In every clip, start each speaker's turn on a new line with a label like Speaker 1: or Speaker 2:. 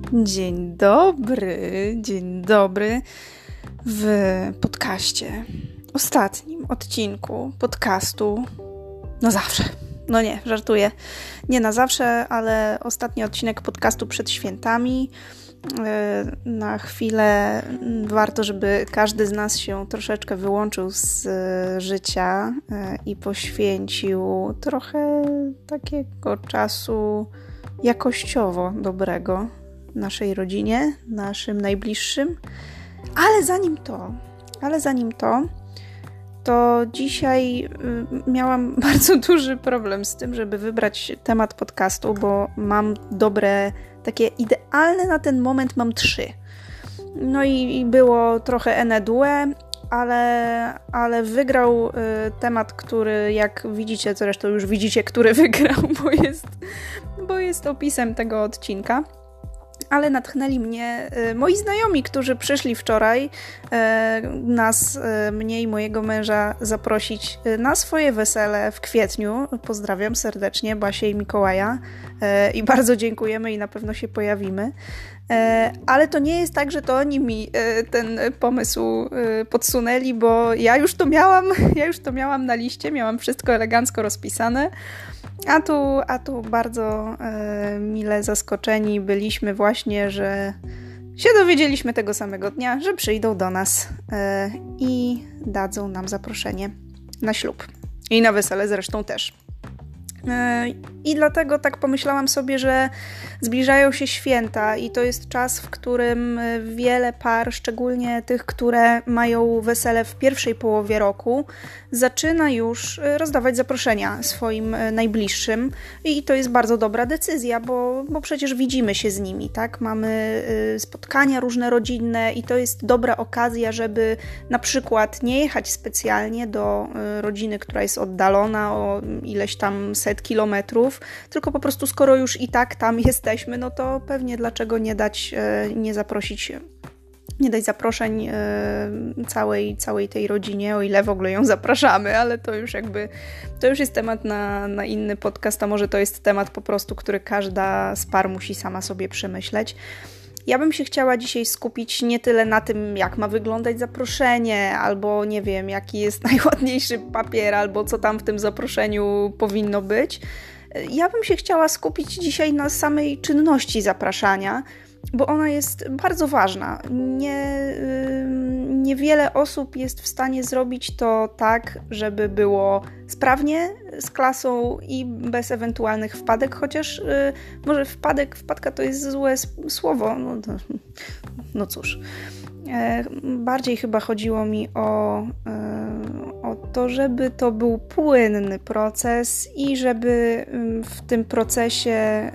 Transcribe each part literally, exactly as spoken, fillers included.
Speaker 1: Dzień dobry, dzień dobry w podcaście, ostatnim odcinku podcastu na zawsze. No nie, żartuję, nie na zawsze, ale ostatni odcinek podcastu przed świętami. Na chwilę warto, żeby każdy z nas się troszeczkę wyłączył z życia i poświęcił trochę takiego czasu jakościowo dobrego naszej rodzinie, naszym najbliższym. Ale zanim to, ale zanim to, to dzisiaj miałam bardzo duży problem z tym, żeby wybrać temat podcastu, bo mam dobre, takie idealne na ten moment mam trzy. No i, i było trochę ene due, ale, ale wygrał y, temat, który jak widzicie, zresztą już widzicie, który wygrał, bo jest, bo jest opisem tego odcinka. Ale natchnęli mnie y, moi znajomi, którzy przyszli wczoraj y, nas, y, mnie i mojego męża zaprosić y, na swoje wesele w kwietniu. Pozdrawiam serdecznie Basię i Mikołaja y, i bardzo dziękujemy i na pewno się pojawimy. Y, ale to nie jest tak, że to oni mi y, ten pomysł y, podsunęli, bo ja już to miałam, ja już to miałam na liście, miałam wszystko elegancko rozpisane. A tu, a tu bardzo e, mile zaskoczeni byliśmy właśnie, że się dowiedzieliśmy tego samego dnia, że przyjdą do nas e, i dadzą nam zaproszenie na ślub. I na wesele zresztą też. E, I dlatego tak pomyślałam sobie, że zbliżają się święta i to jest czas, w którym wiele par, szczególnie tych, które mają wesele w pierwszej połowie roku, zaczyna już rozdawać zaproszenia swoim najbliższym i to jest bardzo dobra decyzja, bo, bo przecież widzimy się z nimi, tak? Mamy spotkania różne rodzinne i to jest dobra okazja, żeby na przykład nie jechać specjalnie do rodziny, która jest oddalona o ileś tam set kilometrów, tylko po prostu skoro już i tak tam jesteśmy, no to pewnie dlaczego nie dać, nie zaprosić nie dać zaproszeń e, całej, całej tej rodzinie, o ile w ogóle ją zapraszamy, ale to już jakby, to już jest temat na, na inny podcast, a może to jest temat po prostu, który każda z par musi sama sobie przemyśleć. Ja bym się chciała dzisiaj skupić nie tyle na tym, jak ma wyglądać zaproszenie, albo nie wiem, jaki jest najładniejszy papier, albo co tam w tym zaproszeniu powinno być. Ja bym się chciała skupić dzisiaj na samej czynności zapraszania, bo ona jest bardzo ważna. Nie, niewiele osób jest w stanie zrobić to tak, żeby było sprawnie, z klasą i bez ewentualnych wpadek, chociaż yy, może wpadek, wpadka to jest złe słowo, no, to, no cóż. E, bardziej chyba chodziło mi o, e, o to, żeby to był płynny proces i żeby w tym procesie e,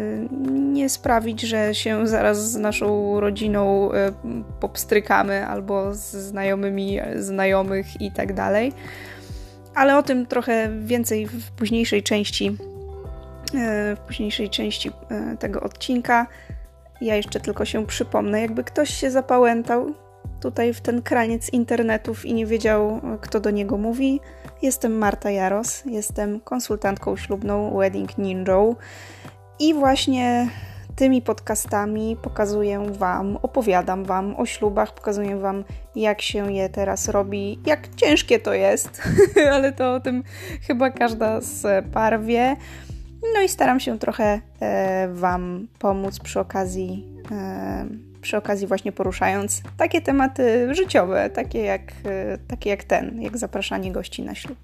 Speaker 1: nie sprawić, że się zaraz z naszą rodziną e, popstrykamy albo z znajomymi znajomych i tak dalej. Ale o tym trochę więcej w późniejszej części, e, w późniejszej części e, tego odcinka. Ja jeszcze tylko się przypomnę, jakby ktoś się zapałętał tutaj w ten kraniec internetów i nie wiedział, kto do niego mówi. Jestem Marta Jaros, jestem konsultantką ślubną, wedding ninją i właśnie tymi podcastami pokazuję Wam, opowiadam Wam o ślubach, pokazuję Wam, jak się je teraz robi, jak ciężkie to jest, ale to o tym chyba każda z par wie. No i staram się trochę e, Wam pomóc przy okazji, e, przy okazji właśnie poruszając takie tematy życiowe, takie jak, e, takie jak ten, jak zapraszanie gości na ślub.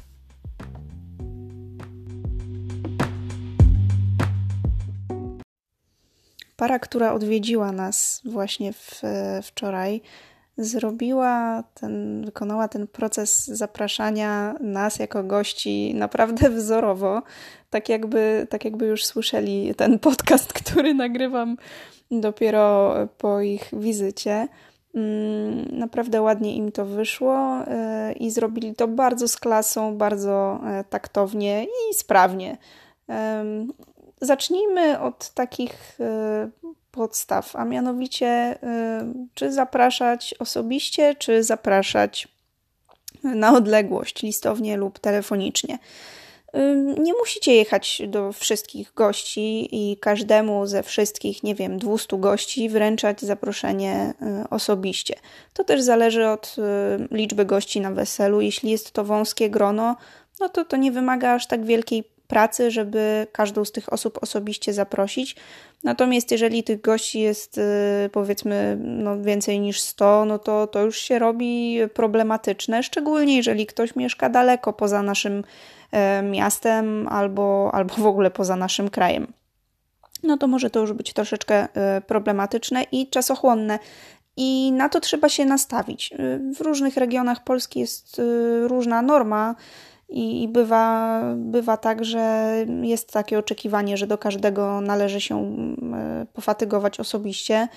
Speaker 1: Para, która odwiedziła nas właśnie w, wczoraj, zrobiła ten, wykonała ten proces zapraszania nas jako gości naprawdę wzorowo, tak jakby, tak jakby już słyszeli ten podcast, który nagrywam dopiero po ich wizycie. Naprawdę ładnie im to wyszło i zrobili to bardzo z klasą, bardzo taktownie i sprawnie. Zacznijmy od takich podstaw, a mianowicie czy zapraszać osobiście, czy zapraszać na odległość, listownie lub telefonicznie. Nie musicie jechać do wszystkich gości i każdemu ze wszystkich, nie wiem, dwustu gości wręczać zaproszenie osobiście. To też zależy od liczby gości na weselu. Jeśli jest to wąskie grono, no to to nie wymaga aż tak wielkiej pracy, żeby każdą z tych osób osobiście zaprosić. Natomiast jeżeli tych gości jest powiedzmy no, więcej niż sto, no to to już się robi problematyczne, szczególnie jeżeli ktoś mieszka daleko poza naszym miastem albo, albo w ogóle poza naszym krajem. No to może to już być troszeczkę problematyczne i czasochłonne. I na to trzeba się nastawić. W różnych regionach Polski jest różna norma i bywa, bywa tak, że jest takie oczekiwanie, że do każdego należy się pofatygować osobiście.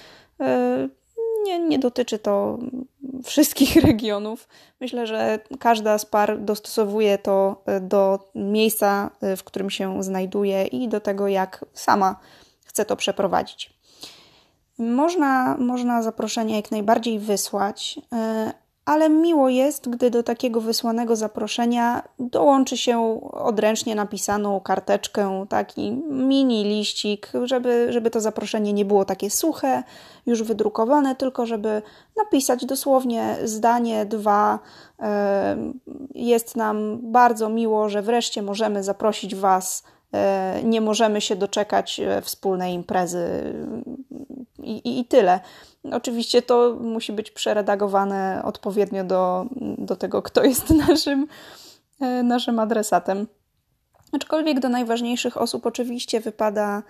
Speaker 1: Nie, nie dotyczy to wszystkich regionów. Myślę, że każda z par dostosowuje to do miejsca, w którym się znajduje i do tego, jak sama chce to przeprowadzić. Można, można zaproszenie jak najbardziej wysłać, ale miło jest, gdy do takiego wysłanego zaproszenia dołączy się odręcznie napisaną karteczkę, taki mini liścik, żeby, żeby to zaproszenie nie było takie suche, już wydrukowane, tylko żeby napisać dosłownie zdanie, dwa. Jest nam bardzo miło, że wreszcie możemy zaprosić Was, nie możemy się doczekać wspólnej imprezy i, i, i tyle. Oczywiście to musi być przeredagowane odpowiednio do, do tego, kto jest naszym, naszym adresatem. Aczkolwiek do najważniejszych osób oczywiście wypada,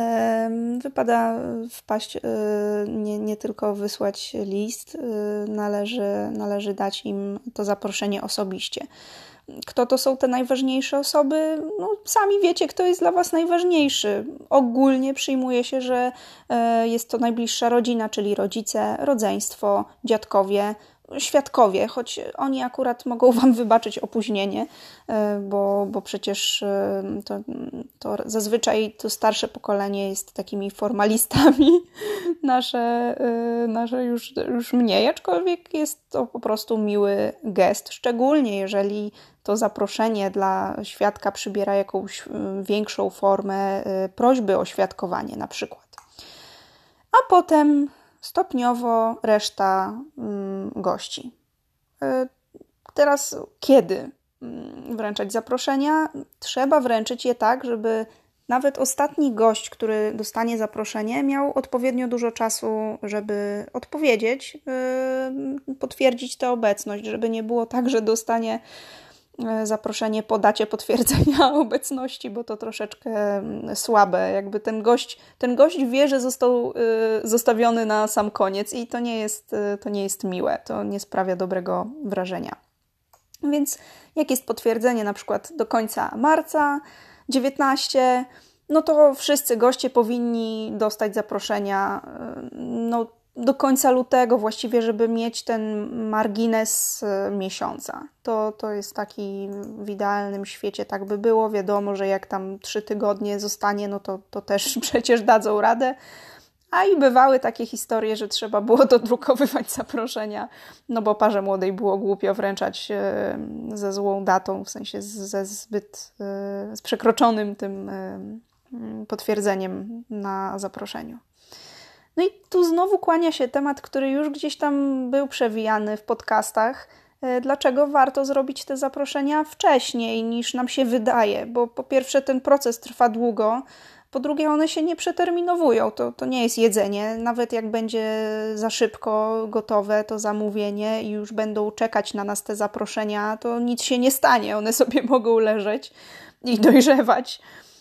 Speaker 1: wypada wpaść, nie, nie tylko wysłać list, należy, należy dać im to zaproszenie osobiście. Kto to są te najważniejsze osoby? No, sami wiecie, kto jest dla Was najważniejszy. Ogólnie przyjmuje się, że jest to najbliższa rodzina, czyli rodzice, rodzeństwo, dziadkowie, świadkowie, choć oni akurat mogą Wam wybaczyć opóźnienie, bo, bo przecież to, to zazwyczaj to starsze pokolenie jest takimi formalistami, nasze, nasze już, już mniej, aczkolwiek jest to po prostu miły gest, szczególnie jeżeli to zaproszenie dla świadka przybiera jakąś większą formę prośby o świadkowanie na przykład. A potem stopniowo reszta gości. Teraz kiedy wręczać zaproszenia? Trzeba wręczyć je tak, żeby nawet ostatni gość, który dostanie zaproszenie, miał odpowiednio dużo czasu, żeby odpowiedzieć, potwierdzić tę obecność, żeby nie było tak, że dostanie zaproszenie po dacie potwierdzenia obecności, bo to troszeczkę słabe. Jakby ten gość, ten gość wie, że został zostawiony na sam koniec i to nie jest, to nie jest miłe, to nie sprawia dobrego wrażenia. Więc jak jest potwierdzenie na przykład do końca marca dziewiętnaście, no to wszyscy goście powinni dostać zaproszenia no, do końca lutego właściwie, żeby mieć ten margines miesiąca. To, to jest taki w idealnym świecie, tak by było. Wiadomo, że jak tam trzy tygodnie zostanie, no to, to też przecież dadzą radę. A i bywały takie historie, że trzeba było dodrukowywać zaproszenia, no bo parze młodej było głupio wręczać ze złą datą, w sensie ze zbyt z przekroczonym tym potwierdzeniem na zaproszeniu. No i tu znowu kłania się temat, który już gdzieś tam był przewijany w podcastach. Dlaczego warto zrobić te zaproszenia wcześniej niż nam się wydaje? Bo po pierwsze ten proces trwa długo, po drugie one się nie przeterminowują. To, to nie jest jedzenie. Nawet jak będzie za szybko gotowe to zamówienie i już będą czekać na nas te zaproszenia, to nic się nie stanie. One sobie mogą leżeć i dojrzewać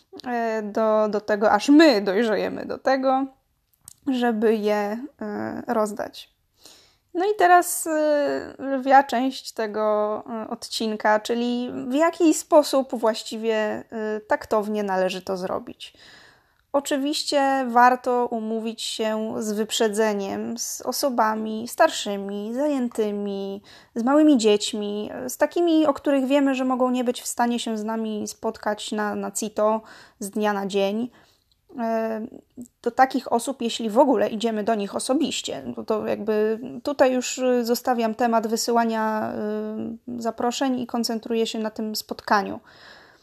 Speaker 1: do, do tego, aż my dojrzejemy do tego, żeby je rozdać. No i teraz lwia część tego odcinka, czyli w jaki sposób właściwie taktownie należy to zrobić. Oczywiście warto umówić się z wyprzedzeniem z osobami starszymi, zajętymi, z małymi dziećmi, z takimi, o których wiemy, że mogą nie być w stanie się z nami spotkać na, na cito z dnia na dzień. Do takich osób, jeśli w ogóle idziemy do nich osobiście, to, to jakby tutaj już zostawiam temat wysyłania zaproszeń i koncentruję się na tym spotkaniu.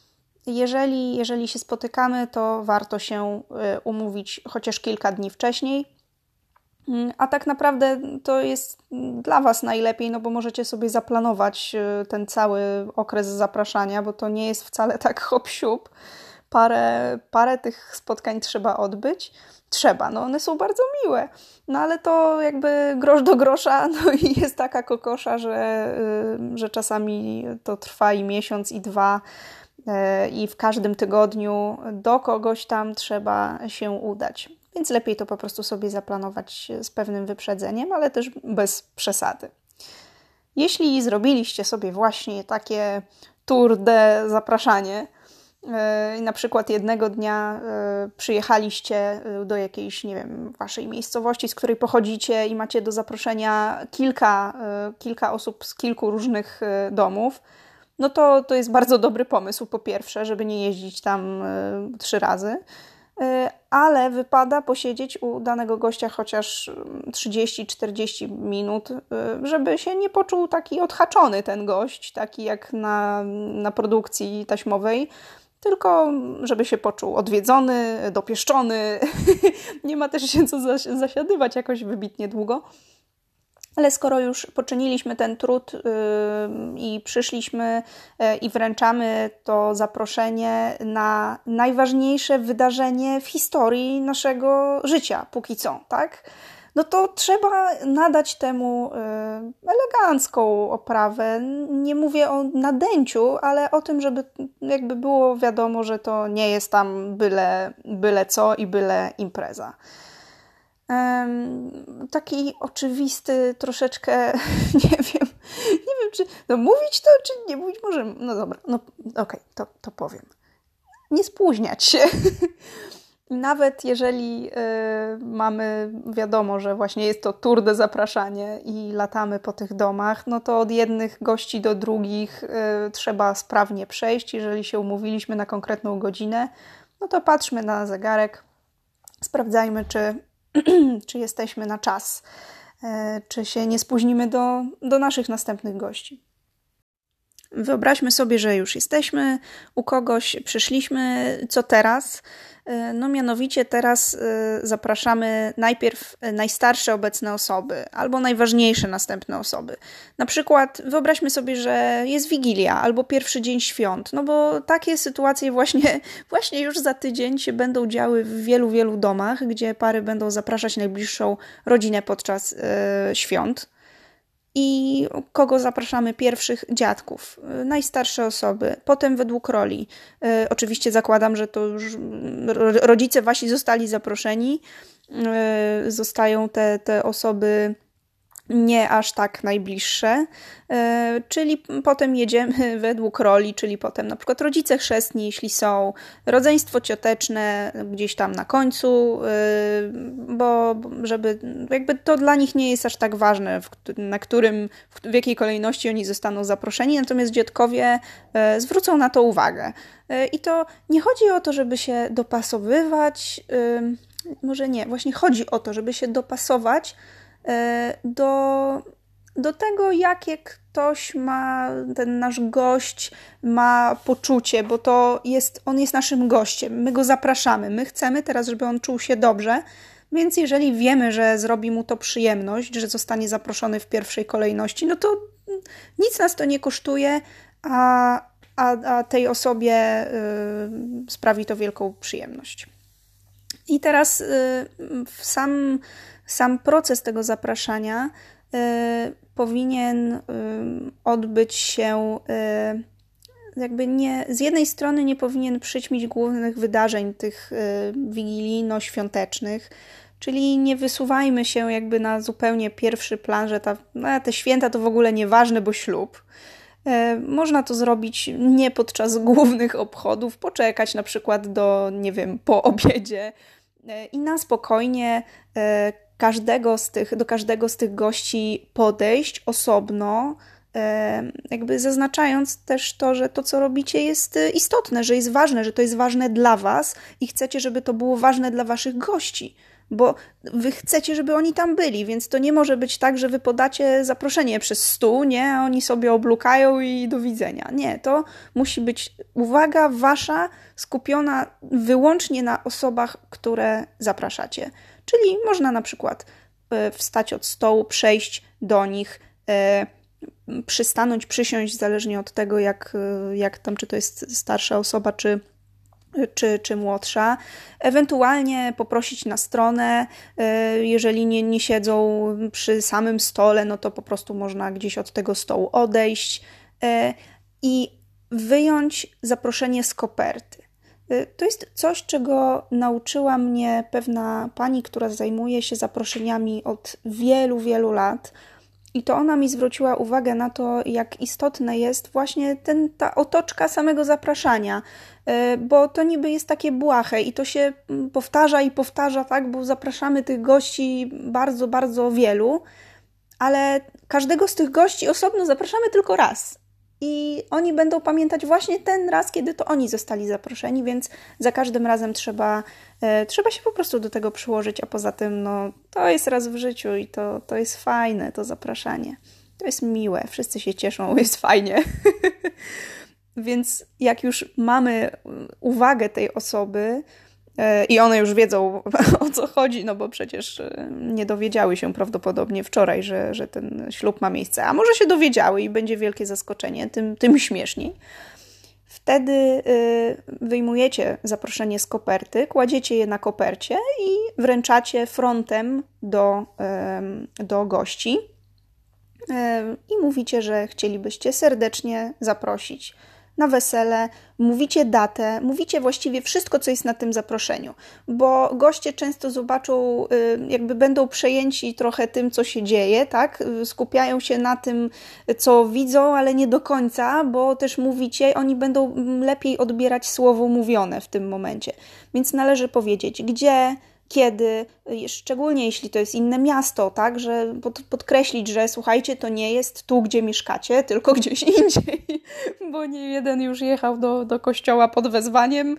Speaker 1: jeżeli, jeżeli się spotykamy, to warto się umówić chociaż kilka dni wcześniej. A tak naprawdę to jest dla Was najlepiej, no bo możecie sobie zaplanować ten cały okres zapraszania, bo to nie jest wcale tak hop-siup. Parę, parę tych spotkań trzeba odbyć. Trzeba, no one są bardzo miłe. No ale to jakby grosz do grosza, no i jest taka kokosza, że, że czasami to trwa i miesiąc, i dwa. I w każdym tygodniu do kogoś tam trzeba się udać. Więc lepiej to po prostu sobie zaplanować z pewnym wyprzedzeniem, ale też bez przesady. Jeśli zrobiliście sobie właśnie takie tour de zapraszanie i na przykład jednego dnia przyjechaliście do jakiejś, nie wiem, waszej miejscowości, z której pochodzicie i macie do zaproszenia kilka, kilka osób z kilku różnych domów, no to to jest bardzo dobry pomysł, po pierwsze, żeby nie jeździć tam trzy razy, ale wypada posiedzieć u danego gościa chociaż trzydzieści czterdzieści minut, żeby się nie poczuł taki odhaczony ten gość, taki jak na, na produkcji taśmowej, tylko żeby się poczuł odwiedzony, dopieszczony. Nie ma też się co zasiadywać jakoś wybitnie długo. Ale skoro już poczyniliśmy ten trud yy, i przyszliśmy yy, i wręczamy to zaproszenie na najważniejsze wydarzenie w historii naszego życia, póki co, tak? No to trzeba nadać temu yy, elegancką oprawę. Nie mówię o nadęciu, ale o tym, żeby jakby było wiadomo, że to nie jest tam byle, byle co i byle impreza. Um, taki oczywisty troszeczkę, nie wiem, nie wiem, czy no mówić to, czy nie mówić, może, no dobra, no okej, okay, to, to powiem. Nie spóźniać się. Nawet jeżeli y, mamy wiadomo, że właśnie jest to tour de zapraszanie i latamy po tych domach, no to od jednych gości do drugich y, trzeba sprawnie przejść. Jeżeli się umówiliśmy na konkretną godzinę, no to patrzmy na zegarek, sprawdzajmy, czy czy jesteśmy na czas, czy się nie spóźnimy do, do naszych następnych gości. Wyobraźmy sobie, że już jesteśmy u kogoś, przyszliśmy, co teraz? No mianowicie teraz zapraszamy najpierw najstarsze obecne osoby albo najważniejsze następne osoby. Na przykład wyobraźmy sobie, że jest Wigilia albo pierwszy dzień świąt, no bo takie sytuacje właśnie, właśnie już za tydzień się będą działy w wielu, wielu domach, gdzie pary będą zapraszać najbliższą rodzinę podczas yy, świąt. I kogo zapraszamy? Pierwszych dziadków, najstarsze osoby, potem według roli. Yy, oczywiście zakładam, że to już rodzice wasi zostali zaproszeni, yy, zostają te, te osoby nie aż tak najbliższe, yy, czyli potem jedziemy według roli, czyli potem na przykład rodzice chrzestni, jeśli są, rodzeństwo cioteczne gdzieś tam na końcu, yy, bo żeby jakby to dla nich nie jest aż tak ważne, w, na którym, w, w jakiej kolejności oni zostaną zaproszeni, natomiast dziadkowie yy, zwrócą na to uwagę. Yy, I to nie chodzi o to, żeby się dopasowywać, yy, może nie, właśnie chodzi o to, żeby się dopasować Do, do tego, jakie ktoś ma, ten nasz gość ma poczucie, bo to jest, on jest naszym gościem, my go zapraszamy, my chcemy teraz, żeby on czuł się dobrze, więc jeżeli wiemy, że zrobi mu to przyjemność, że zostanie zaproszony w pierwszej kolejności, no to nic nas to nie kosztuje, a, a, a tej osobie y, sprawi to wielką przyjemność. I teraz y, sam Sam proces tego zapraszania y, powinien y, odbyć się y, jakby nie, z jednej strony nie powinien przyćmić głównych wydarzeń tych y, wigilijno-świątecznych, czyli nie wysuwajmy się jakby na zupełnie pierwszy plan, że ta, no, te święta to w ogóle nieważne, bo ślub. Y, można to zrobić nie podczas głównych obchodów, poczekać na przykład do, nie wiem, po obiedzie y, i na spokojnie y, każdego z tych, do każdego z tych gości podejść osobno, jakby zaznaczając też to, że to, co robicie, jest istotne, że jest ważne, że to jest ważne dla was i chcecie, żeby to było ważne dla waszych gości, bo wy chcecie, żeby oni tam byli, więc to nie może być tak, że wy podacie zaproszenie przez stół, nie, a oni sobie oblukają i do widzenia. Nie, to musi być uwaga wasza skupiona wyłącznie na osobach, które zapraszacie. Czyli można na przykład wstać od stołu, przejść do nich, przystanąć, przysiąść, zależnie od tego, jak, jak tam, czy to jest starsza osoba, czy, czy, czy młodsza. Ewentualnie poprosić na stronę, jeżeli nie, nie siedzą przy samym stole, no to po prostu można gdzieś od tego stołu odejść i wyjąć zaproszenie z koperty. To jest coś, czego nauczyła mnie pewna pani, która zajmuje się zaproszeniami od wielu, wielu lat. I to ona mi zwróciła uwagę na to, jak istotne jest właśnie ten, ta otoczka samego zapraszania, bo to niby jest takie błahe i to się powtarza i powtarza, tak, bo zapraszamy tych gości bardzo, bardzo wielu, ale każdego z tych gości osobno zapraszamy tylko raz. I oni będą pamiętać właśnie ten raz, kiedy to oni zostali zaproszeni, więc za każdym razem trzeba, e, trzeba się po prostu do tego przyłożyć, a poza tym no, to jest raz w życiu i to, to jest fajne, to zapraszanie. To jest miłe, wszyscy się cieszą, jest fajnie. Więc jak już mamy uwagę tej osoby, i one już wiedzą, o co chodzi, no bo przecież nie dowiedziały się prawdopodobnie wczoraj, że, że ten ślub ma miejsce. A może się dowiedziały i będzie wielkie zaskoczenie, tym, tym śmieszniej. Wtedy wyjmujecie zaproszenie z koperty, kładziecie je na kopercie i wręczacie frontem do, do gości i mówicie, że chcielibyście serdecznie zaprosić na wesele, mówicie datę, mówicie właściwie wszystko, co jest na tym zaproszeniu, bo goście często zobaczą, jakby będą przejęci trochę tym, co się dzieje, tak? Skupiają się na tym, co widzą, ale nie do końca, bo też mówicie, oni będą lepiej odbierać słowo mówione w tym momencie. Więc należy powiedzieć, gdzie, kiedy, szczególnie jeśli to jest inne miasto, tak, że pod, podkreślić, że słuchajcie, to nie jest tu, gdzie mieszkacie, tylko gdzieś indziej, bo nie jeden już jechał do, do kościoła pod wezwaniem,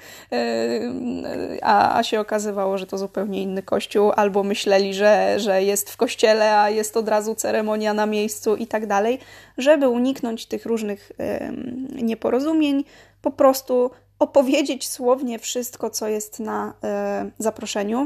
Speaker 1: a, a się okazywało, że to zupełnie inny kościół, albo myśleli, że, że jest w kościele, a jest od razu ceremonia na miejscu i tak dalej. Żeby uniknąć tych różnych nieporozumień, po prostu opowiedzieć słownie wszystko, co jest na zaproszeniu,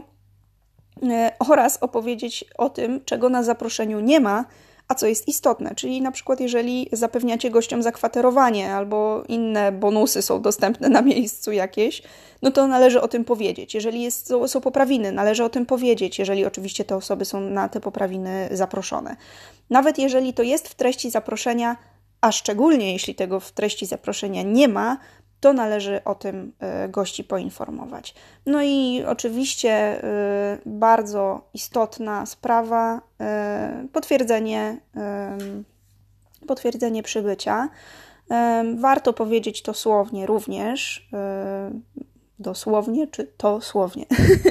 Speaker 1: oraz opowiedzieć o tym, czego na zaproszeniu nie ma, a co jest istotne. Czyli na przykład jeżeli zapewniacie gościom zakwaterowanie albo inne bonusy są dostępne na miejscu jakieś, no to należy o tym powiedzieć. Jeżeli jest, są poprawiny, należy o tym powiedzieć, jeżeli oczywiście te osoby są na te poprawiny zaproszone. Nawet jeżeli to jest w treści zaproszenia, a szczególnie jeśli tego w treści zaproszenia nie ma, to należy o tym gości poinformować. No i oczywiście bardzo istotna sprawa, potwierdzenie, potwierdzenie przybycia. Warto powiedzieć to słownie również, dosłownie czy to słownie.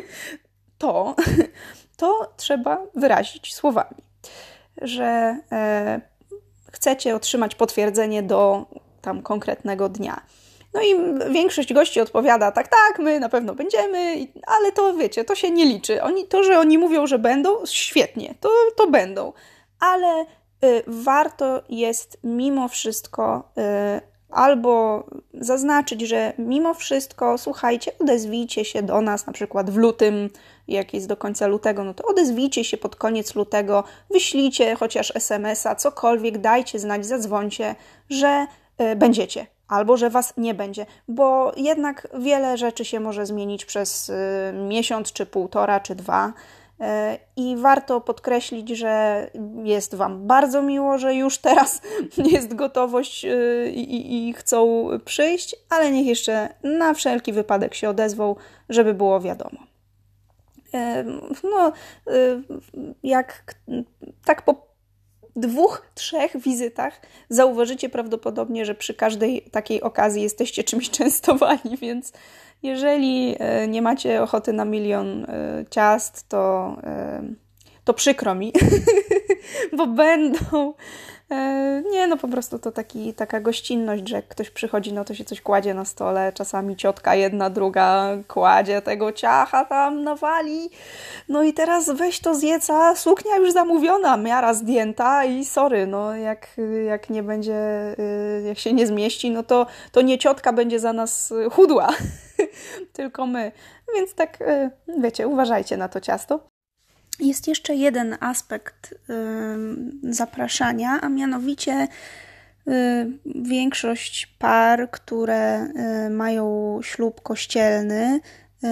Speaker 1: to, to trzeba wyrazić słowami, że chcecie otrzymać potwierdzenie do tam konkretnego dnia. No i większość gości odpowiada, tak, tak, my na pewno będziemy, ale to wiecie, to się nie liczy. Oni, to, że oni mówią, że będą, świetnie, to, to będą. Ale y, warto jest mimo wszystko y, albo zaznaczyć, że mimo wszystko, słuchajcie, odezwijcie się do nas na przykład w lutym, jak jest do końca lutego, no to odezwijcie się pod koniec lutego, wyślijcie chociaż es em es a, cokolwiek, dajcie znać, zadzwońcie, że y, będziecie. Albo że was nie będzie, bo jednak wiele rzeczy się może zmienić przez y, miesiąc, czy półtora, czy dwa y, i warto podkreślić, że jest wam bardzo miło, że już teraz jest gotowość y, i, i chcą przyjść, ale niech jeszcze na wszelki wypadek się odezwą, żeby było wiadomo. Y, no, y, jak tak po dwóch, trzech wizytach zauważycie prawdopodobnie, że przy każdej takiej okazji jesteście czymś częstowani, więc jeżeli nie macie ochoty na milion ciast, to, to przykro mi, bo będą. Nie, no po prostu to taki, taka gościnność, że jak ktoś przychodzi, no to się coś kładzie na stole, czasami ciotka jedna, druga kładzie tego ciacha tam, nawali. No i teraz weź to zjeca, suknia już zamówiona, miara zdjęta i sorry, no jak, jak nie będzie, jak się nie zmieści, no to, to nie ciotka będzie za nas chudła, tylko my. Więc tak, wiecie, uważajcie na to ciasto. Jest jeszcze jeden aspekt y, zapraszania, a mianowicie y, większość par, które y, mają ślub kościelny, y,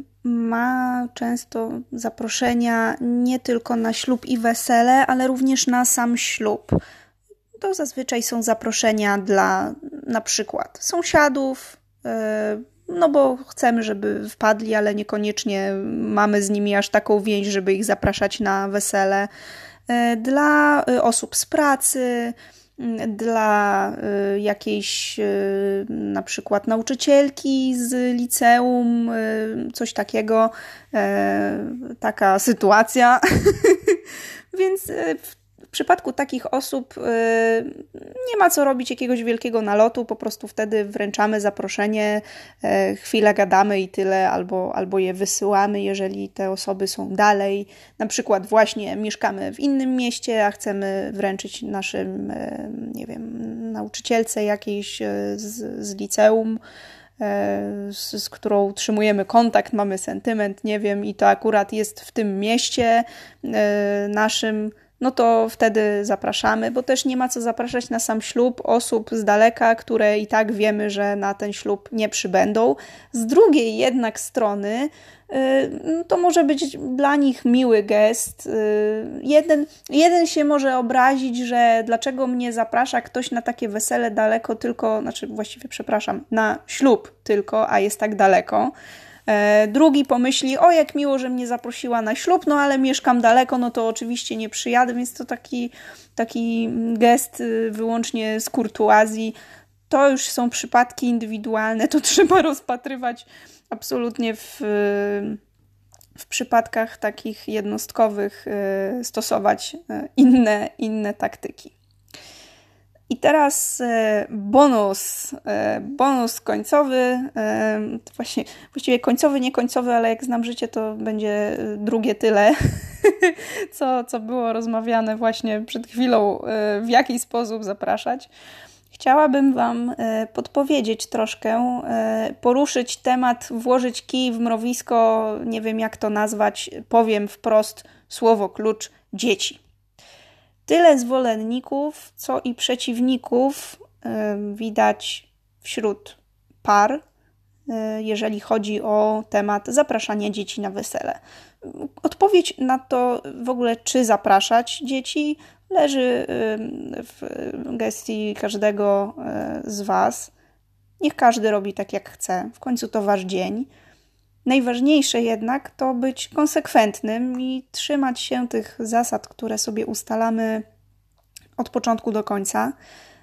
Speaker 1: ma często zaproszenia nie tylko na ślub i wesele, ale również na sam ślub. To zazwyczaj są zaproszenia dla na przykład sąsiadów, y, no bo chcemy, żeby wpadli, ale niekoniecznie mamy z nimi aż taką więź, żeby ich zapraszać na wesele. Dla osób z pracy, dla jakiejś na przykład nauczycielki z liceum, coś takiego, taka sytuacja. Więc w W przypadku takich osób nie ma co robić jakiegoś wielkiego nalotu, po prostu wtedy wręczamy zaproszenie, chwilę gadamy i tyle, albo, albo je wysyłamy, jeżeli te osoby są dalej. Na przykład właśnie mieszkamy w innym mieście, a chcemy wręczyć naszym, nie wiem, nauczycielce jakiejś z, z liceum, z, z którą utrzymujemy kontakt, mamy sentyment, nie wiem, i to akurat jest w tym mieście naszym, no to wtedy zapraszamy, bo też nie ma co zapraszać na sam ślub osób z daleka, które i tak wiemy, że na ten ślub nie przybędą. Z drugiej jednak strony to może być dla nich miły gest. Jeden, jeden się może obrazić, że dlaczego mnie zaprasza ktoś na takie wesele daleko tylko, znaczy właściwie przepraszam, na ślub tylko, a jest tak daleko. Drugi pomyśli, o jak miło, że mnie zaprosiła na ślub, no ale mieszkam daleko, no to oczywiście nie przyjadę, więc to taki, taki gest wyłącznie z kurtuazji. To już są przypadki indywidualne, to trzeba rozpatrywać absolutnie w, w przypadkach takich jednostkowych, stosować inne, inne taktyki. I teraz bonus, bonus końcowy, właśnie, właściwie końcowy, nie końcowy, ale jak znam życie, to będzie drugie tyle, co, co było rozmawiane właśnie przed chwilą, w jaki sposób zapraszać. Chciałabym Wam podpowiedzieć troszkę, poruszyć temat, włożyć kij w mrowisko, nie wiem jak to nazwać, powiem wprost słowo klucz, dzieci. Tyle zwolenników, co i przeciwników y, widać wśród par, y, jeżeli chodzi o temat zapraszania dzieci na wesele. Odpowiedź na to w ogóle, czy zapraszać dzieci, leży y, w gestii każdego y, z Was. Niech każdy robi tak, jak chce. W końcu to Wasz dzień. Najważniejsze jednak to być konsekwentnym i trzymać się tych zasad, które sobie ustalamy od początku do końca.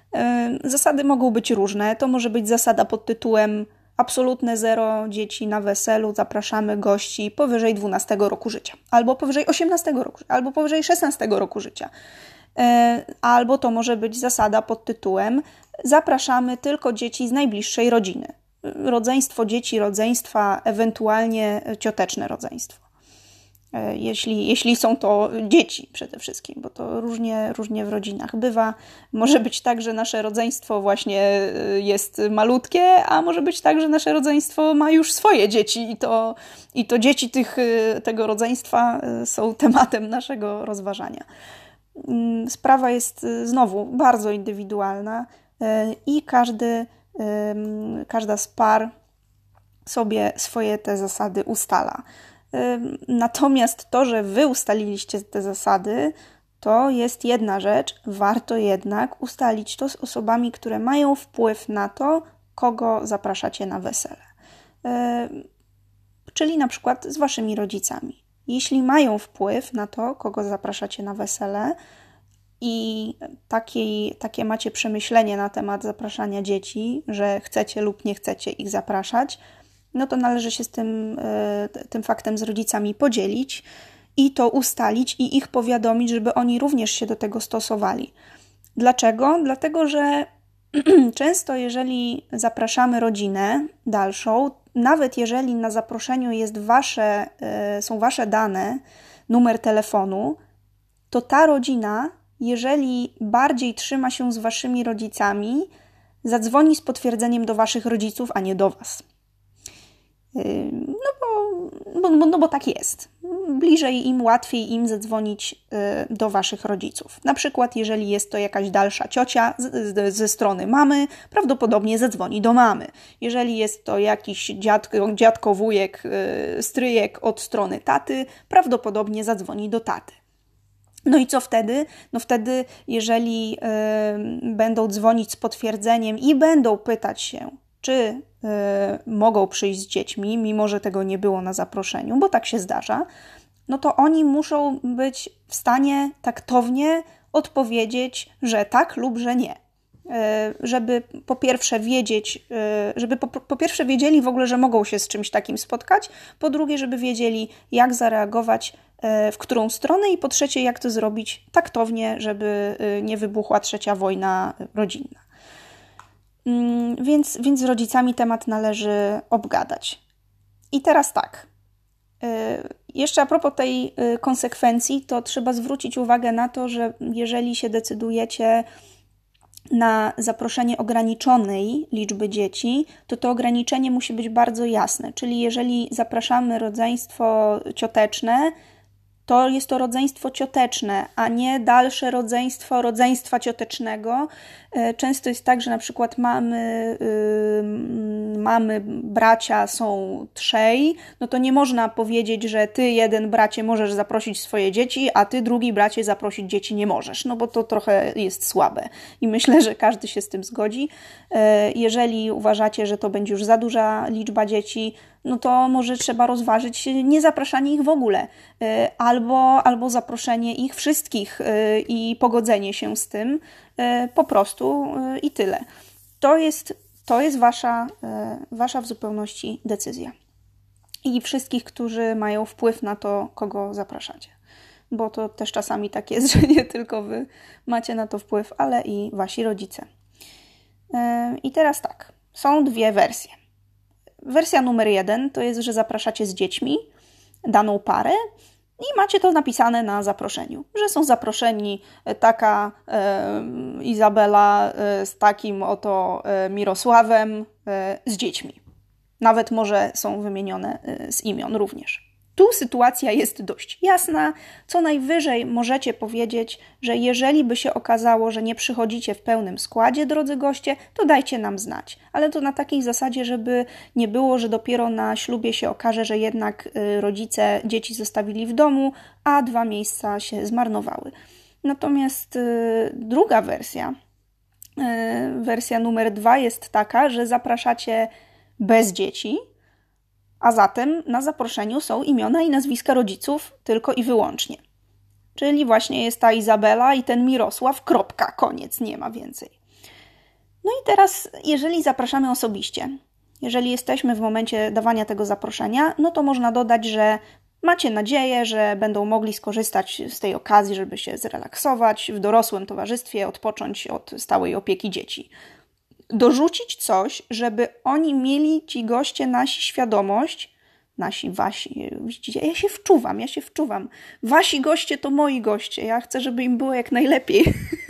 Speaker 1: Zasady mogą być różne. To może być zasada pod tytułem absolutne zero dzieci na weselu, zapraszamy gości powyżej dwunastego roku życia, albo powyżej osiemnastego roku, albo powyżej szesnastego roku życia. Albo to może być zasada pod tytułem zapraszamy tylko dzieci z najbliższej rodziny. Rodzeństwo dzieci, rodzeństwa, ewentualnie cioteczne rodzeństwo. Jeśli, jeśli są to dzieci przede wszystkim, bo to różnie, różnie w rodzinach bywa. Może być tak, że nasze rodzeństwo właśnie jest malutkie, a może być tak, że nasze rodzeństwo ma już swoje dzieci i to, i to dzieci tych, tego rodzeństwa są tematem naszego rozważania. Sprawa jest znowu bardzo indywidualna i każdy każda z par sobie swoje te zasady ustala. Natomiast to, że Wy ustaliliście te zasady, to jest jedna rzecz. Warto jednak ustalić to z osobami, które mają wpływ na to, kogo zapraszacie na wesele. Czyli na przykład z Waszymi rodzicami. Jeśli mają wpływ na to, kogo zapraszacie na wesele, i takie, takie macie przemyślenie na temat zapraszania dzieci, że chcecie lub nie chcecie ich zapraszać, no to należy się z tym, tym faktem z rodzicami podzielić i to ustalić i ich powiadomić, żeby oni również się do tego stosowali. Dlaczego? Dlatego, że często jeżeli zapraszamy rodzinę dalszą, nawet jeżeli na zaproszeniu jest wasze, są wasze dane, numer telefonu, to ta rodzina, jeżeli bardziej trzyma się z waszymi rodzicami, zadzwoni z potwierdzeniem do waszych rodziców, a nie do was. No bo, bo, no bo tak jest. Bliżej im, łatwiej im zadzwonić do waszych rodziców. Na przykład, jeżeli jest to jakaś dalsza ciocia z, ze strony mamy, prawdopodobnie zadzwoni do mamy. Jeżeli jest to jakiś dziadko, dziadko wujek, stryjek od strony taty, prawdopodobnie zadzwoni do taty. No i co wtedy? No wtedy, jeżeli y, będą dzwonić z potwierdzeniem i będą pytać się, czy y, mogą przyjść z dziećmi, mimo że tego nie było na zaproszeniu, bo tak się zdarza, no to oni muszą być w stanie taktownie odpowiedzieć, że tak lub że nie. Y, żeby po pierwsze wiedzieć, y, żeby po, po pierwsze wiedzieli w ogóle, że mogą się z czymś takim spotkać, po drugie, żeby wiedzieli, jak zareagować, w którą stronę i po trzecie, jak to zrobić taktownie, żeby nie wybuchła trzecia wojna rodzinna. Więc, więc z rodzicami temat należy obgadać. I teraz tak, jeszcze a propos tej konsekwencji, to trzeba zwrócić uwagę na to, że jeżeli się decydujecie na zaproszenie ograniczonej liczby dzieci, to to ograniczenie musi być bardzo jasne. Czyli jeżeli zapraszamy rodzeństwo cioteczne, to jest to rodzeństwo cioteczne, a nie dalsze rodzeństwo rodzeństwa ciotecznego. Często jest tak, że na przykład mamy, yy, mamy bracia są trzej, no to nie można powiedzieć, że ty jeden bracie możesz zaprosić swoje dzieci, a ty drugi bracie zaprosić dzieci nie możesz, no bo to trochę jest słabe i myślę, że każdy się z tym zgodzi. Yy, jeżeli uważacie, że to będzie już za duża liczba dzieci, no to może trzeba rozważyć nie zapraszanie ich w ogóle, yy, albo, albo zaproszenie ich wszystkich yy, i pogodzenie się z tym, po prostu i tyle. To jest, to jest wasza, wasza w zupełności decyzja. I wszystkich, którzy mają wpływ na to, kogo zapraszacie. Bo to też czasami tak jest, że nie tylko wy macie na to wpływ, ale i wasi rodzice. I teraz tak, są dwie wersje. Wersja numer jeden to jest, że zapraszacie z dziećmi daną parę, i macie to napisane na zaproszeniu, że są zaproszeni taka e, Izabela e, z takim oto e, Mirosławem e, z dziećmi. Nawet może są wymienione e, z imion również. Tu sytuacja jest dość jasna. Co najwyżej możecie powiedzieć, że jeżeli by się okazało, że nie przychodzicie w pełnym składzie, drodzy goście, to dajcie nam znać. Ale to na takiej zasadzie, żeby nie było, że dopiero na ślubie się okaże, że jednak rodzice dzieci zostawili w domu, a dwa miejsca się zmarnowały. Natomiast druga wersja, wersja numer dwa jest taka, że zapraszacie bez dzieci, a zatem na zaproszeniu są imiona i nazwiska rodziców tylko i wyłącznie. Czyli właśnie jest ta Izabela i ten Mirosław, kropka, koniec, nie ma więcej. No i teraz, jeżeli zapraszamy osobiście, jeżeli jesteśmy w momencie dawania tego zaproszenia, no to można dodać, że macie nadzieję, że będą mogli skorzystać z tej okazji, żeby się zrelaksować w dorosłym towarzystwie, odpocząć od stałej opieki dzieci. Dorzucić coś, żeby oni mieli, ci goście, nasi świadomość, nasi, wasi, widzicie, ja się wczuwam, ja się wczuwam. Wasi goście to moi goście, ja chcę, żeby im było jak najlepiej.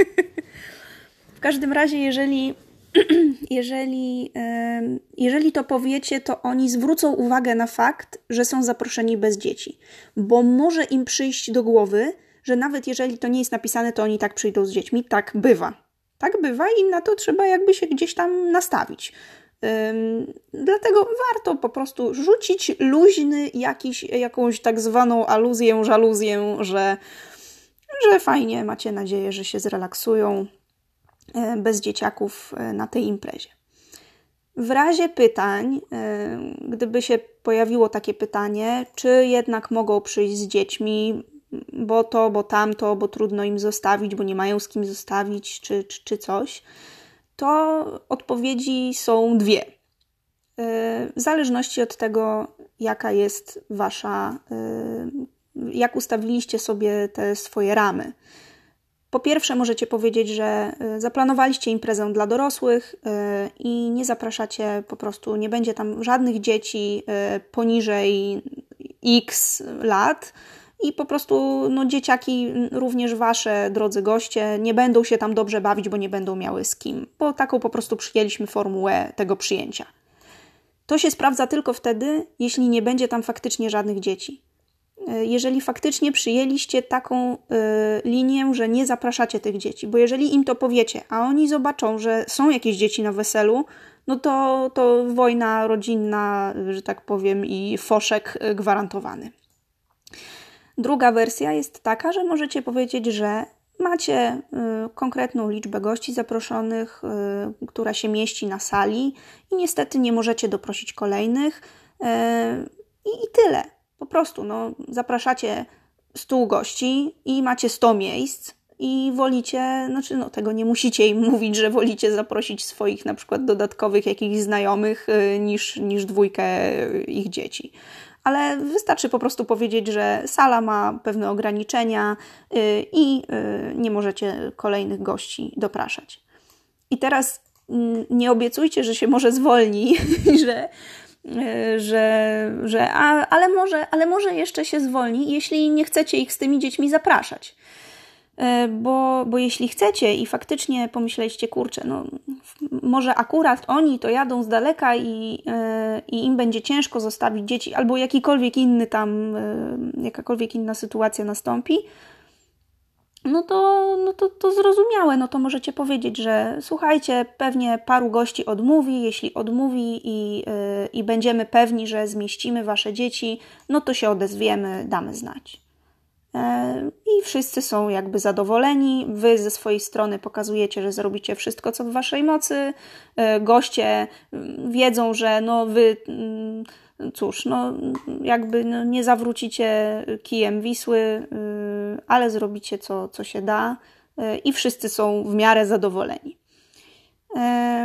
Speaker 1: W każdym razie, jeżeli, jeżeli, jeżeli to powiecie, to oni zwrócą uwagę na fakt, że są zaproszeni bez dzieci, bo może im przyjść do głowy, że nawet jeżeli to nie jest napisane, to oni tak przyjdą z dziećmi, tak bywa. Tak bywa i na to trzeba jakby się gdzieś tam nastawić. Ym, dlatego warto po prostu rzucić luźny jakiś, jakąś tak zwaną aluzję, żaluzję, że, że fajnie, macie nadzieję, że się zrelaksują y, bez dzieciaków y, na tej imprezie. W razie pytań, y, gdyby się pojawiło takie pytanie, czy jednak mogą przyjść z dziećmi, bo to, bo tamto, bo trudno im zostawić, bo nie mają z kim zostawić, czy, czy, czy coś, to odpowiedzi są dwie. W zależności od tego, jaka jest wasza, jak ustawiliście sobie te swoje ramy. Po pierwsze możecie powiedzieć, że zaplanowaliście imprezę dla dorosłych i nie zapraszacie, po prostu nie będzie tam żadnych dzieci poniżej X lat i po prostu no, dzieciaki, również wasze, drodzy goście, nie będą się tam dobrze bawić, bo nie będą miały z kim, bo taką po prostu przyjęliśmy formułę tego przyjęcia. To się sprawdza tylko wtedy, jeśli nie będzie tam faktycznie żadnych dzieci. Jeżeli faktycznie przyjęliście taką y, linię, że nie zapraszacie tych dzieci, bo jeżeli im to powiecie, a oni zobaczą, że są jakieś dzieci na weselu, no to, to wojna rodzinna, że tak powiem, i foszek gwarantowany. Druga wersja jest taka, że możecie powiedzieć, że macie y, konkretną liczbę gości zaproszonych, y, która się mieści na sali i niestety nie możecie doprosić kolejnych y, i, i tyle. Po prostu no, zapraszacie stu gości i macie sto miejsc i wolicie, znaczy no tego nie musicie im mówić, że wolicie zaprosić swoich na przykład dodatkowych jakichś znajomych y, niż, niż dwójkę ich dzieci. Ale wystarczy po prostu powiedzieć, że sala ma pewne ograniczenia y, i y, nie możecie kolejnych gości dopraszać. I teraz y, nie obiecujcie, że się może zwolni, że że, że a, ale, może, ale może jeszcze się zwolni, jeśli nie chcecie ich z tymi dziećmi zapraszać. Bo, bo jeśli chcecie i faktycznie pomyśleliście, kurczę, no może akurat oni to jadą z daleka i, i im będzie ciężko zostawić dzieci, albo jakikolwiek inny tam, jakakolwiek inna sytuacja nastąpi, no to, no to, to zrozumiałe, no to możecie powiedzieć, że słuchajcie, pewnie paru gości odmówi, jeśli odmówi i, yy, i będziemy pewni, że zmieścimy wasze dzieci, no to się odezwiemy, damy znać. Yy, I wszyscy są jakby zadowoleni, wy ze swojej strony pokazujecie, że zrobicie wszystko, co w waszej mocy, yy, goście yy, wiedzą, że no wy... Yy, Cóż, no jakby no, nie zawrócicie kijem Wisły, yy, ale zrobicie co, co się da yy, i wszyscy są w miarę zadowoleni. Yy,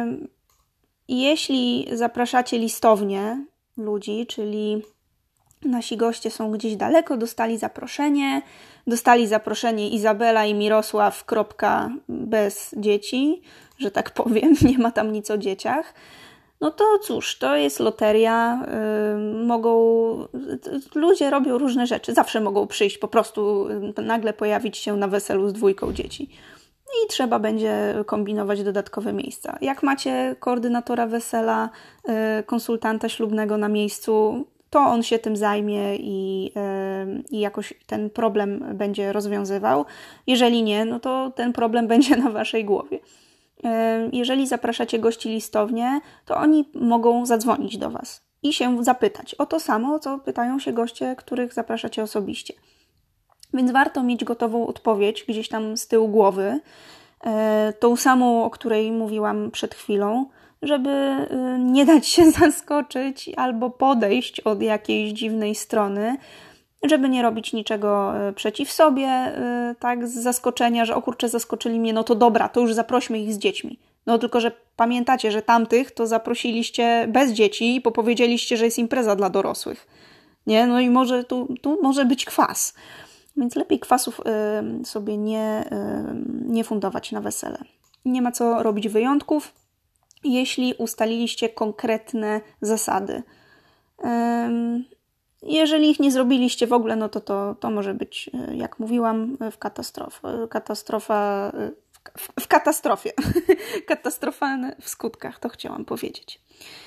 Speaker 1: jeśli zapraszacie listownie ludzi, czyli nasi goście są gdzieś daleko, dostali zaproszenie, dostali zaproszenie Izabela i Mirosław, kropka, bez dzieci, że tak powiem, nie ma tam nic o dzieciach, no to cóż, to jest loteria, yy, mogą, ludzie robią różne rzeczy, zawsze mogą przyjść, po prostu yy, nagle pojawić się na weselu z dwójką dzieci i trzeba będzie kombinować dodatkowe miejsca. Jak macie koordynatora wesela, yy, konsultanta ślubnego na miejscu, to on się tym zajmie i, yy, i jakoś ten problem będzie rozwiązywał. Jeżeli nie, no to ten problem będzie na waszej głowie. Jeżeli zapraszacie gości listownie, to oni mogą zadzwonić do was i się zapytać o to samo, co pytają się goście, których zapraszacie osobiście. Więc warto mieć gotową odpowiedź gdzieś tam z tyłu głowy, tą samą, o której mówiłam przed chwilą, żeby nie dać się zaskoczyć albo podejść od jakiejś dziwnej strony, żeby nie robić niczego przeciw sobie, tak, z zaskoczenia, że o kurczę, zaskoczyli mnie, no to dobra, to już zaprośmy ich z dziećmi. No tylko, że pamiętacie, że tamtych to zaprosiliście bez dzieci, bo powiedzieliście, że jest impreza dla dorosłych. Nie? No i może tu, tu może być kwas. Więc lepiej kwasów y, sobie nie, y, nie fundować na wesele. Nie ma co robić wyjątków, jeśli ustaliliście konkretne zasady. Y, Jeżeli ich nie zrobiliście w ogóle, no to to, to może być, jak mówiłam, w katastrofie. Katastrofa, w, w katastrofie. Katastrofa w skutkach, to chciałam powiedzieć.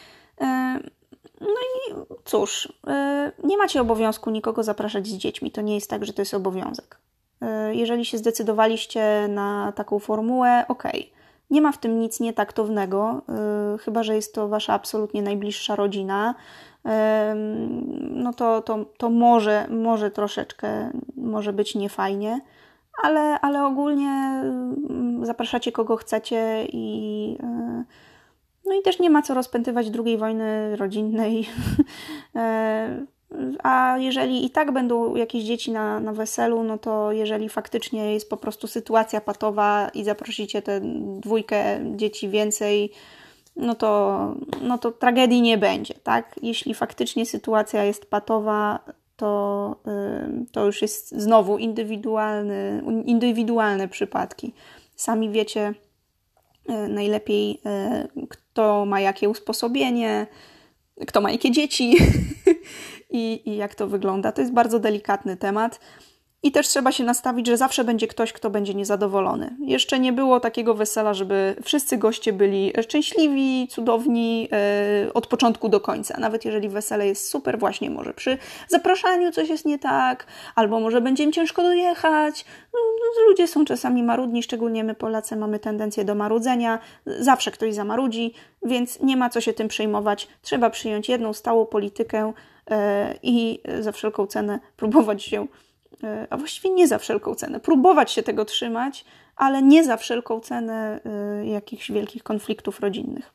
Speaker 1: No i cóż, nie macie obowiązku nikogo zapraszać z dziećmi. To nie jest tak, że to jest obowiązek. Jeżeli się zdecydowaliście na taką formułę, okej. Okay. Nie ma w tym nic nietaktownego, yy, chyba że jest to wasza absolutnie najbliższa rodzina, yy, no to, to, to może, może troszeczkę może być niefajnie, ale, ale ogólnie yy, zapraszacie kogo chcecie i yy, no i też nie ma co rozpętywać drugiej wojny rodzinnej. yy, A jeżeli i tak będą jakieś dzieci na, na weselu, no to jeżeli faktycznie jest po prostu sytuacja patowa i zaprosicie tę dwójkę dzieci więcej, no to, no to tragedii nie będzie, tak? Jeśli faktycznie sytuacja jest patowa, to, to już jest znowu indywidualny, indywidualne przypadki. Sami wiecie najlepiej, kto ma jakie usposobienie, kto ma jakie dzieci i, i jak to wygląda. To jest bardzo delikatny temat. I też trzeba się nastawić, że zawsze będzie ktoś, kto będzie niezadowolony. Jeszcze nie było takiego wesela, żeby wszyscy goście byli szczęśliwi, cudowni yy, od początku do końca. Nawet jeżeli wesele jest super, właśnie może przy zapraszaniu coś jest nie tak, albo może będzie im ciężko dojechać. No, ludzie są czasami marudni, szczególnie my Polacy mamy tendencję do marudzenia. Zawsze ktoś zamarudzi, więc nie ma co się tym przejmować. Trzeba przyjąć jedną stałą politykę yy, i za wszelką cenę próbować się a właściwie nie za wszelką cenę. Próbować się tego trzymać, ale nie za wszelką cenę y, jakichś wielkich konfliktów rodzinnych.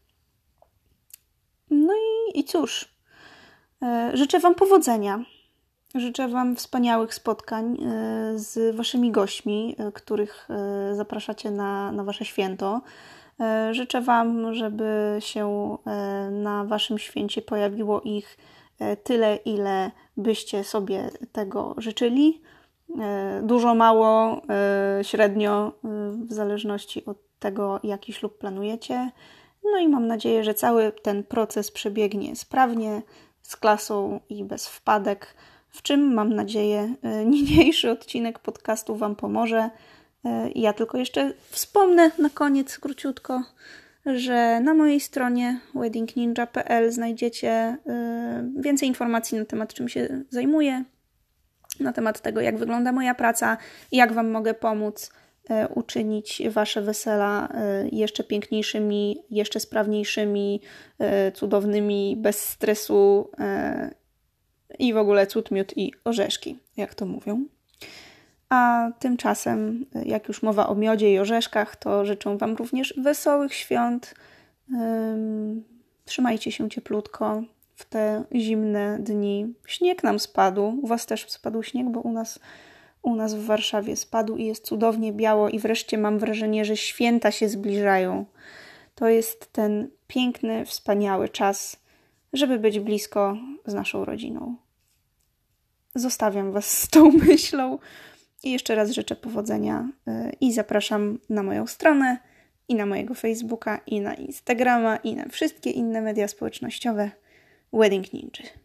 Speaker 1: No i, i cóż, y, życzę Wam powodzenia. Życzę Wam wspaniałych spotkań y, z Waszymi gośćmi, y, których y, zapraszacie na, na Wasze święto. Y, życzę Wam, żeby się y, na Waszym święcie pojawiło ich tyle, ile byście sobie tego życzyli. Dużo, mało, średnio, w zależności od tego, jaki ślub planujecie. No i mam nadzieję, że cały ten proces przebiegnie sprawnie, z klasą i bez wpadek, w czym, mam nadzieję, niniejszy odcinek podcastu Wam pomoże. Ja tylko jeszcze wspomnę na koniec króciutko, że na mojej stronie wedding ninja kropka p l znajdziecie więcej informacji na temat, czym się zajmuję, na temat tego, jak wygląda moja praca i jak Wam mogę pomóc uczynić Wasze wesela jeszcze piękniejszymi, jeszcze sprawniejszymi, cudownymi, bez stresu i w ogóle cud, miód i orzeszki, jak to mówią. A tymczasem, jak już mowa o miodzie i orzeszkach, to życzę Wam również wesołych świąt. Um, trzymajcie się cieplutko w te zimne dni. Śnieg nam spadł. U Was też spadł śnieg, bo u nas, u nas w Warszawie spadł i jest cudownie biało i wreszcie mam wrażenie, że święta się zbliżają. To jest ten piękny, wspaniały czas, żeby być blisko z naszą rodziną. Zostawiam Was z tą myślą. I jeszcze raz życzę powodzenia i zapraszam na moją stronę i na mojego Facebooka i na Instagrama i na wszystkie inne media społecznościowe Wedding Ninja.